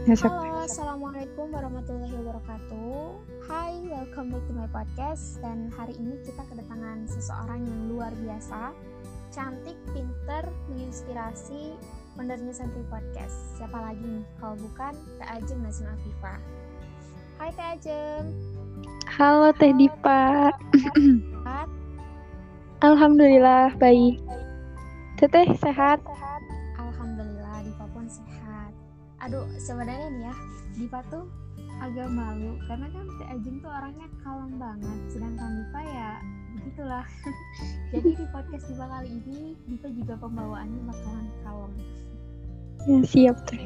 Ngesek. Halo, Assalamualaikum warahmatullahi wabarakatuh. Hai, welcome back to my podcast. Dan hari ini kita kedatangan seseorang yang luar biasa, cantik, pinter, menginspirasi, foundernya Santri Podcast. Siapa lagi nih kalau bukan Teh Ajeng Nazma Afifah. Hai Teh Ajeng. Halo Teh Dipa. Sehat? Alhamdulillah baik. Teteh sehat? Alhamdulillah, Dipa pun sehat. Aduh, sebenarnya nih ya, Dipa tuh agak malu karena kan Teh Ajeng tuh orangnya kalem banget, sedangkan Dipa ya begitulah. Jadi di podcast Dipa kali ini, Dipa juga pembawaannya bakalan kalem. Ya siap Teh.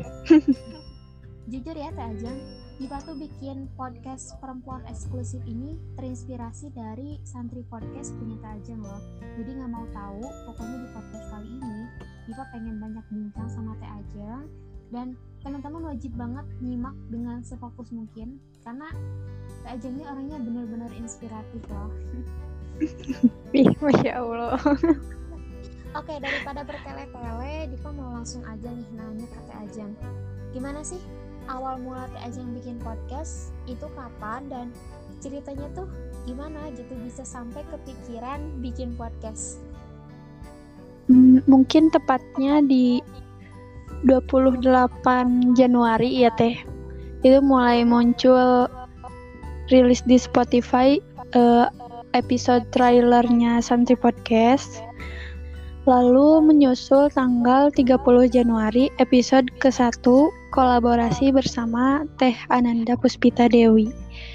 Jujur ya Teh Ajeng, Dipa tuh bikin podcast perempuan eksklusif ini terinspirasi dari Santri Podcast punya Teh Ajeng loh. Jadi nggak mau tahu, pokoknya di podcast kali ini Dipa pengen banyak bincang sama Teh Ajeng. Dan teman-teman wajib banget nyimak dengan sefokus mungkin, karena Teh Ajeng ini orangnya benar-benar inspiratif loh. Ih, Masya Allah. Oke, daripada bertele-tele, Dipa mau langsung aja nih nanya ke Teh Ajeng. Gimana sih awal mula Teh Ajeng bikin podcast? Itu kapan dan ceritanya tuh gimana gitu bisa sampai kepikiran bikin podcast? Mungkin tepatnya di 28 Januari ya Teh. Itu mulai muncul rilis di Spotify episode trailernya Santri Podcast. Lalu menyusul tanggal 30 Januari episode ke-1 kolaborasi bersama Teh Ananda Puspita Dewi.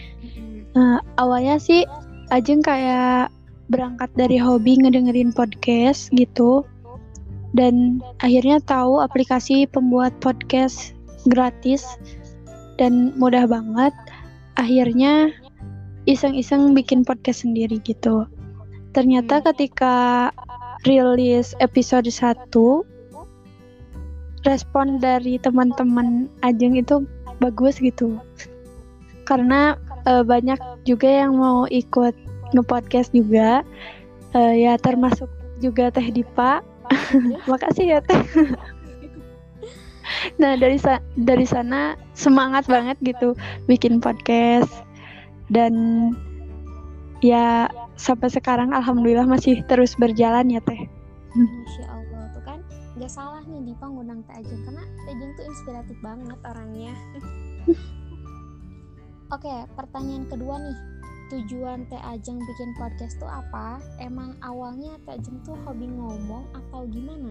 Awalnya sih Ajeng kayak berangkat dari hobi ngedengerin podcast gitu. Dan akhirnya tahu aplikasi pembuat podcast gratis dan mudah banget. Akhirnya iseng-iseng bikin podcast sendiri gitu. Ternyata ketika rilis episode 1, respon dari teman-teman Ajeng itu bagus gitu. Karena banyak juga yang mau ikut nge-podcast juga. Ya termasuk juga Teh Dipa. Makasih ya Teh. Nah dari sana semangat banget gitu bikin podcast, dan ya sampai sekarang alhamdulillah masih terus berjalan ya Teh. Masya Allah, tuh kan gak salah nih Dipa ngundang Teh Ajeng karena Teh Ajeng tuh inspiratif banget orangnya. Oke, pertanyaan kedua nih, tujuan Teh Ajeng bikin podcast tuh apa? Emang awalnya Teh Ajeng tuh hobi ngomong atau gimana?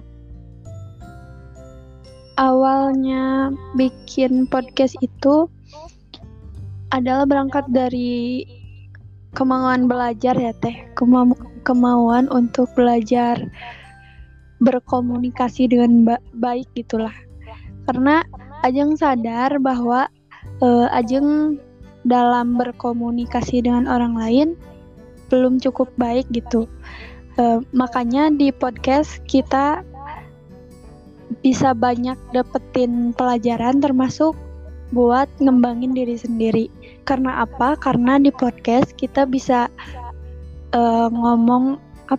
Awalnya bikin podcast itu adalah berangkat dari kemauan belajar ya Teh, kemauan untuk belajar berkomunikasi dengan baik gitulah. Karena Ajeng sadar bahwa Ajeng dalam berkomunikasi dengan orang lain belum cukup baik gitu. Makanya di podcast kita bisa banyak dapetin pelajaran termasuk buat ngembangin diri sendiri. Karena apa? Karena di podcast kita bisa ngomong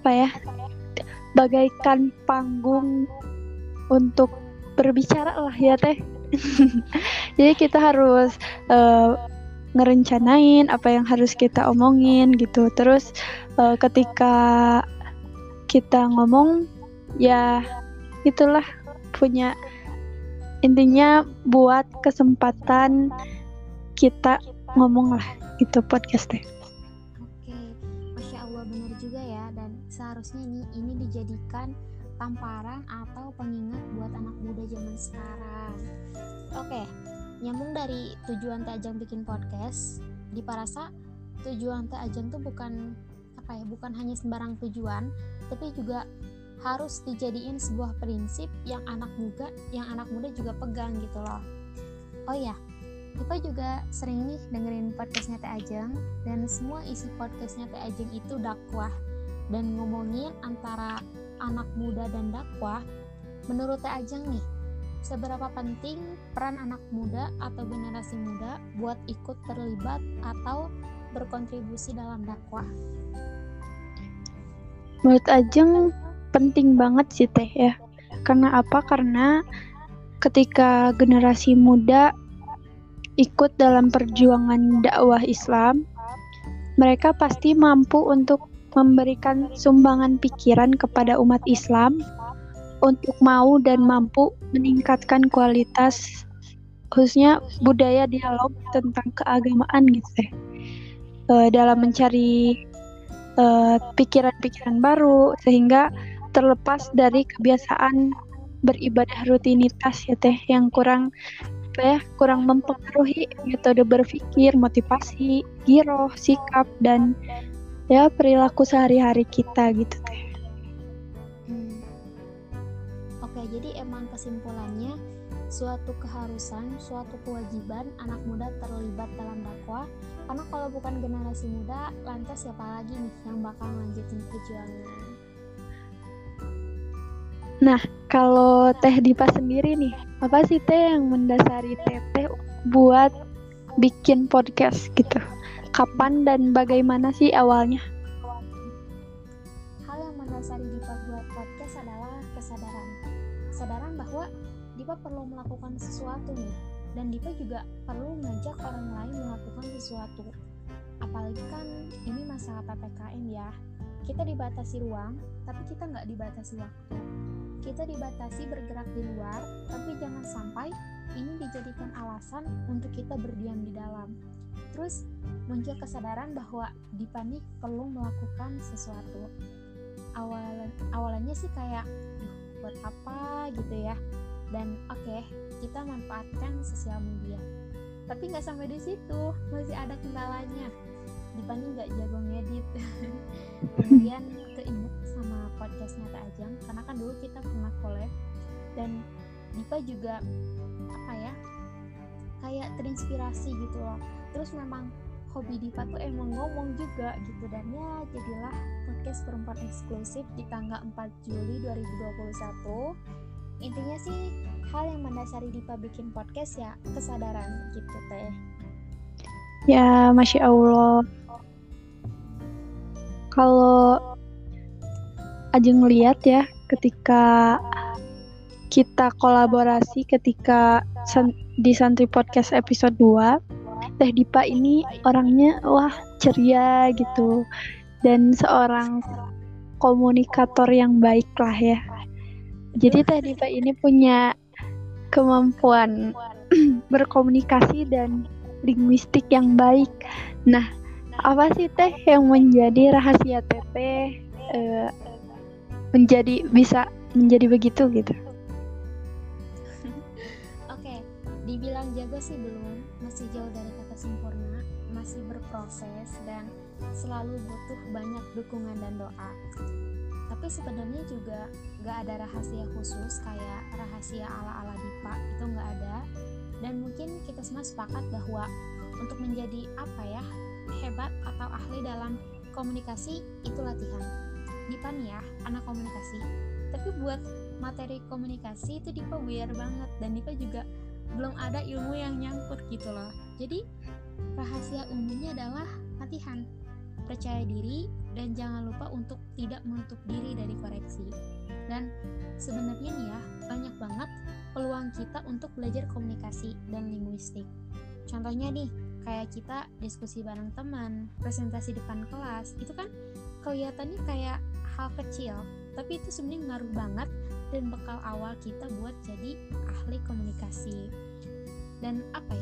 bagaikan panggung untuk berbicara lah ya Teh. Jadi kita harus ngerencanain apa yang harus kita omongin gitu. Terus ketika kita ngomong ya itulah punya, intinya buat kesempatan kita ngomong lah gitu podcast Teh. Oke, Masya Allah benar juga ya, dan seharusnya ini dijadikan tamparan atau pengingat buat anak muda zaman sekarang. Oke, nyambung dari tujuan Teh Ajeng bikin podcast, Dipa rasa tujuan Teh Ajeng tuh bukan hanya sembarang tujuan, tapi juga harus dijadiin sebuah prinsip yang anak muda juga pegang gitu loh. Oh ya, Dipa juga sering nih dengerin podcastnya Teh Ajeng, dan semua isi podcastnya Teh Ajeng itu dakwah dan ngomongin antara anak muda dan dakwah. Menurut Teh Ajeng nih, seberapa penting peran anak muda atau generasi muda buat ikut terlibat atau berkontribusi dalam dakwah? Menurut Ajeng penting banget sih Teh ya. Karena apa? Karena ketika generasi muda ikut dalam perjuangan dakwah Islam, mereka pasti mampu untuk memberikan sumbangan pikiran kepada umat Islam untuk mau dan mampu meningkatkan kualitas khususnya budaya dialog tentang keagamaan gitu deh. Dalam mencari pikiran-pikiran baru sehingga terlepas dari kebiasaan beribadah rutinitas ya teh yang kurang mempengaruhi metode berpikir, motivasi, giroh, sikap dan ya perilaku sehari-hari kita gitu teh. Oke, jadi emang kesimpulannya suatu keharusan, suatu kewajiban anak muda terlibat dalam dakwah, karena kalau bukan generasi muda, lantas siapa lagi nih yang bakal lanjutin perjuangan. Nah, kalau Teh Dipa sendiri nih, apa sih Teh yang mendasari Teteh buat bikin podcast gitu? Kapan dan bagaimana sih awalnya? Hal yang mendasari Dipa buat podcast adalah kesadaran bahwa Dipa perlu melakukan sesuatu nih, dan Dipa juga perlu ngajak orang lain melakukan sesuatu. Apalagi kan ini masa PPKM ya, kita dibatasi ruang, tapi kita nggak dibatasi waktu. Kita dibatasi bergerak di luar, tapi jangan sampai ini dijadikan alasan untuk kita berdiam di dalam. Terus muncul kesadaran bahwa Dipa nih perlu melakukan sesuatu. Awalannya sih kayak, buat apa gitu ya. Dan oke, kita manfaatkan sosial media. Tapi nggak sampai di situ, masih ada kendalanya. Dipa nih nggak jago ngedit. Kemudian keinget sama podcastnya Teh Ajeng, karena kan dulu kita pernah collab, dan Dipa juga kayak terinspirasi gitu loh. Terus memang hobi Dipa tuh emang ngomong juga gitu, dan ya jadilah podcast Perempuan Eksklusif di tanggal 4 Juli 2021. Intinya sih hal yang mendasari Dipa bikin podcast ya kesadaran gitu Teh. Ya, Masya Allah. Kalau Ajeng lihat ya, ketika kita kolaborasi ketika di Santri Podcast episode 2, Teh Dipa ini orangnya ceria gitu, dan seorang komunikator yang baik lah ya. Jadi Teh Dipa ini punya kemampuan berkomunikasi dan linguistik yang baik. Nah, apa sih Teh yang menjadi rahasia Teteh bisa menjadi begitu gitu? Oke, dibilang jago sih belum, masih jauh dari kata sempurna, masih berproses dan selalu butuh banyak dukungan dan doa. Tapi sebenarnya juga gak ada rahasia khusus kayak rahasia ala-ala Dipa, itu gak ada. Dan mungkin kita semua sepakat bahwa untuk menjadi hebat atau ahli dalam komunikasi itu latihan. Dipa nih ya, anak komunikasi, tapi buat materi komunikasi itu Dipa weird banget, dan Dipa juga belum ada ilmu yang nyangkut gitu loh. Jadi rahasia umumnya adalah latihan, percaya diri, dan jangan lupa untuk tidak menutup diri dari koreksi. Dan sebenarnya nih ya, banyak banget peluang kita untuk belajar komunikasi dan linguistik. Contohnya nih, kayak kita diskusi bareng teman, presentasi depan kelas, itu kan kelihatannya kayak hal kecil, tapi itu sebenarnya ngaruh banget dan bekal awal kita buat jadi ahli komunikasi. Dan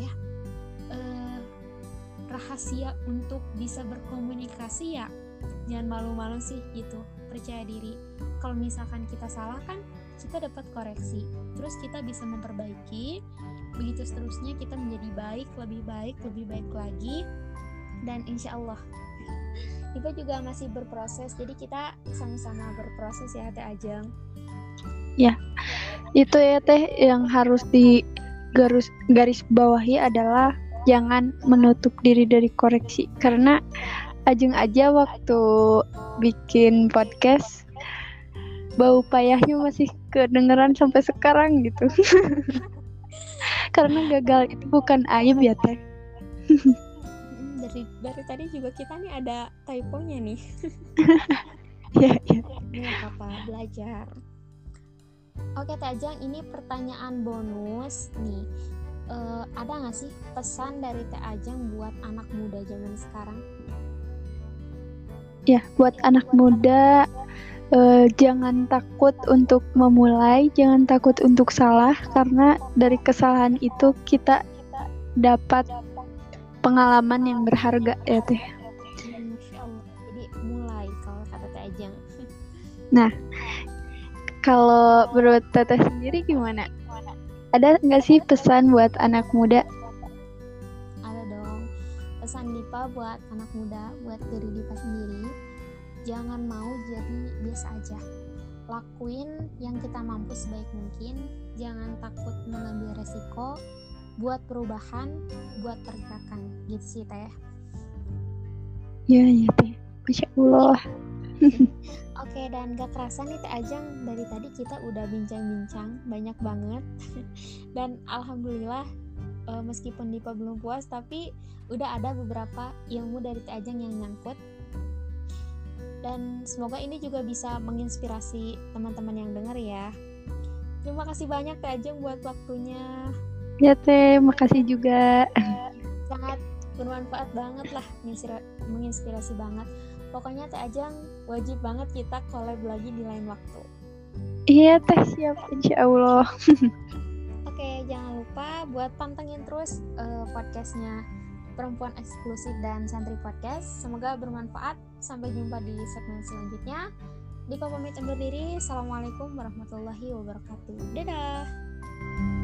rahasia untuk bisa berkomunikasi ya jangan malu-malu sih gitu, percaya diri. Kalau misalkan kita salah kan kita dapat koreksi, terus kita bisa memperbaiki, begitu seterusnya kita menjadi baik, lebih baik lagi. Dan insya Allah kita juga masih berproses, jadi kita sama-sama berproses ya Teh Ajeng. Ya, itu ya Teh yang harus garis bawahi adalah jangan menutup diri dari koreksi. Karena Ajeng aja waktu bikin podcast bau payahnya masih kedengeran sampai sekarang gitu. Karena gagal itu bukan aib ya Teh. Dari tadi juga kita nih ada typonya nih. Ya. Ini apa belajar. Oke Teh Ajeng, ini pertanyaan bonus nih. ada nggak sih pesan dari Teh Ajeng buat anak muda zaman sekarang? Ya, buat anak muda, jangan takut untuk memulai, jangan takut untuk salah, karena dari kesalahan itu kita dapat pengalaman yang berharga ya Teh. Masya Allah. Jadi mulai kalau kata Teh Ajeng. Nah, kalau menurut Teteh sendiri gimana? Ada nggak sih pesan buat anak muda? Ada dong. Pesan Dipa buat anak muda, buat diri Dipa sendiri, jangan mau jadi biasa aja. Lakuin yang kita mampu sebaik mungkin, jangan takut mengambil resiko, buat perubahan, buat pergerakan, gitu sih Teh. Ya Teh, Masya Allah. Oke, dan gak kerasa nih Teh Ajeng, dari tadi kita udah bincang-bincang banyak banget. Dan alhamdulillah, meskipun Dipa belum puas, tapi udah ada beberapa ilmu dari Teh Ajeng yang nyangkut. Dan semoga ini juga bisa menginspirasi teman-teman yang dengar ya. Terima kasih banyak Teh Ajeng buat waktunya. Ya Teh, makasih juga. Sangat bermanfaat banget lah, menginspirasi banget. Pokoknya Teh Ajeng wajib banget kita collab lagi di lain waktu. Iya Teh, siap insya Allah. Oke, jangan lupa buat pantengin terus podcastnya Perempuan Eksklusif dan Santri Podcast. Semoga bermanfaat. Sampai jumpa di segmen selanjutnya. Dipa pamit undur diri. Assalamualaikum warahmatullahi wabarakatuh. Dadah.